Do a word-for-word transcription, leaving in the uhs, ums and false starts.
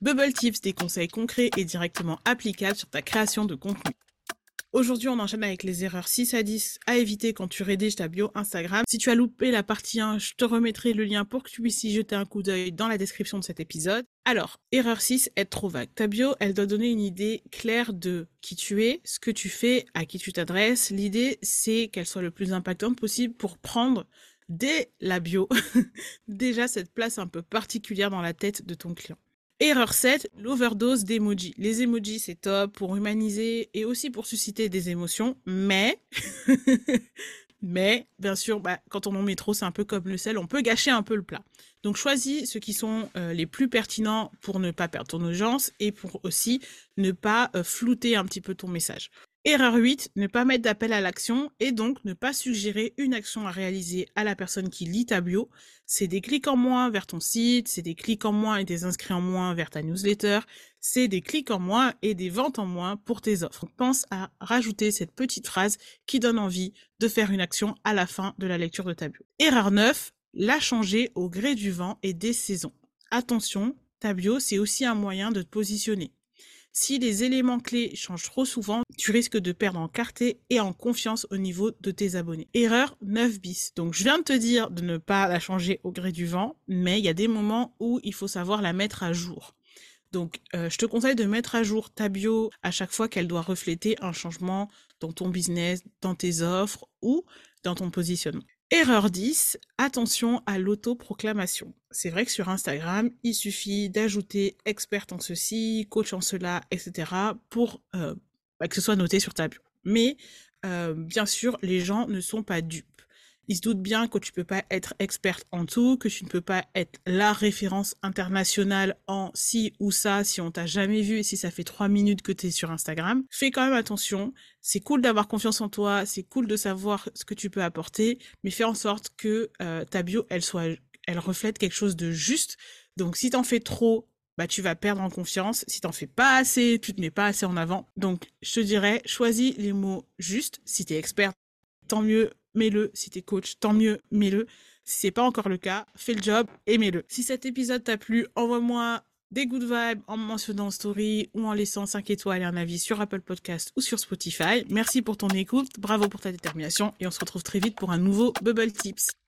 Bubble Tips, des conseils concrets et directement applicables sur ta création de contenu. Aujourd'hui, on enchaîne avec les erreurs six à dix à éviter quand tu rédiges ta bio Instagram. Si tu as loupé la partie un, je te remettrai le lien pour que tu puisses y jeter un coup d'œil dans la description de cet épisode. Alors, erreur six, être trop vague. Ta bio, elle doit donner une idée claire de qui tu es, ce que tu fais, à qui tu t'adresses. L'idée, c'est qu'elle soit le plus impactante possible pour prendre dès la bio déjà cette place un peu particulière dans la tête de ton client. Erreur sept, l'overdose d'emojis. Les emojis, c'est top pour humaniser et aussi pour susciter des émotions, mais, mais, bien sûr, bah, quand on en met trop, c'est un peu comme le sel, on peut gâcher un peu le plat. Donc, choisis ceux qui sont euh, les plus pertinents pour ne pas perdre ton audience et pour aussi ne pas euh, flouter un petit peu ton message. Erreur huit, ne pas mettre d'appel à l'action et donc ne pas suggérer une action à réaliser à la personne qui lit ta bio. C'est des clics en moins vers ton site, c'est des clics en moins et des inscrits en moins vers ta newsletter, c'est des clics en moins et des ventes en moins pour tes offres. Donc, pense à rajouter cette petite phrase qui donne envie de faire une action à la fin de la lecture de ta bio. Erreur neuf, la changer au gré du vent et des saisons. Attention, ta bio, c'est aussi un moyen de te positionner. Si les éléments clés changent trop souvent, tu risques de perdre en clarté et en confiance au niveau de tes abonnés. Erreur neuf bis. Donc, je viens de te dire de ne pas la changer au gré du vent, mais il y a des moments où il faut savoir la mettre à jour. Donc, euh, je te conseille de mettre à jour ta bio à chaque fois qu'elle doit refléter un changement dans ton business, dans tes offres ou dans ton positionnement. Erreur dix, attention à l'autoproclamation. C'est vrai que sur Instagram, il suffit d'ajouter experte en ceci, coach en cela, et cetera pour euh, bah, que ce soit noté sur ta bio. Mais euh, bien sûr, les gens ne sont pas dupes. Ils se doutent bien que tu peux pas être experte en tout, que tu ne peux pas être la référence internationale en ci ou ça si on t'a jamais vu et si ça fait trois minutes que t'es sur Instagram. Fais quand même attention. C'est cool d'avoir confiance en toi, c'est cool de savoir ce que tu peux apporter, mais fais en sorte que euh, ta bio, elle soit, elle reflète quelque chose de juste. Donc si t'en fais trop, bah tu vas perdre en confiance. Si t'en fais pas assez, tu te mets pas assez en avant. Donc je te dirais, choisis les mots justes. Si t'es experte, tant mieux, mets-le. Si t'es coach, tant mieux, mets-le. Si c'est pas encore le cas, fais le job et mets-le. Si cet épisode t'a plu, envoie-moi des good vibes en me mentionnant en story ou en laissant cinq étoiles et un avis sur Apple Podcast ou sur Spotify. Merci pour ton écoute, bravo pour ta détermination et on se retrouve très vite pour un nouveau Bubble Tips.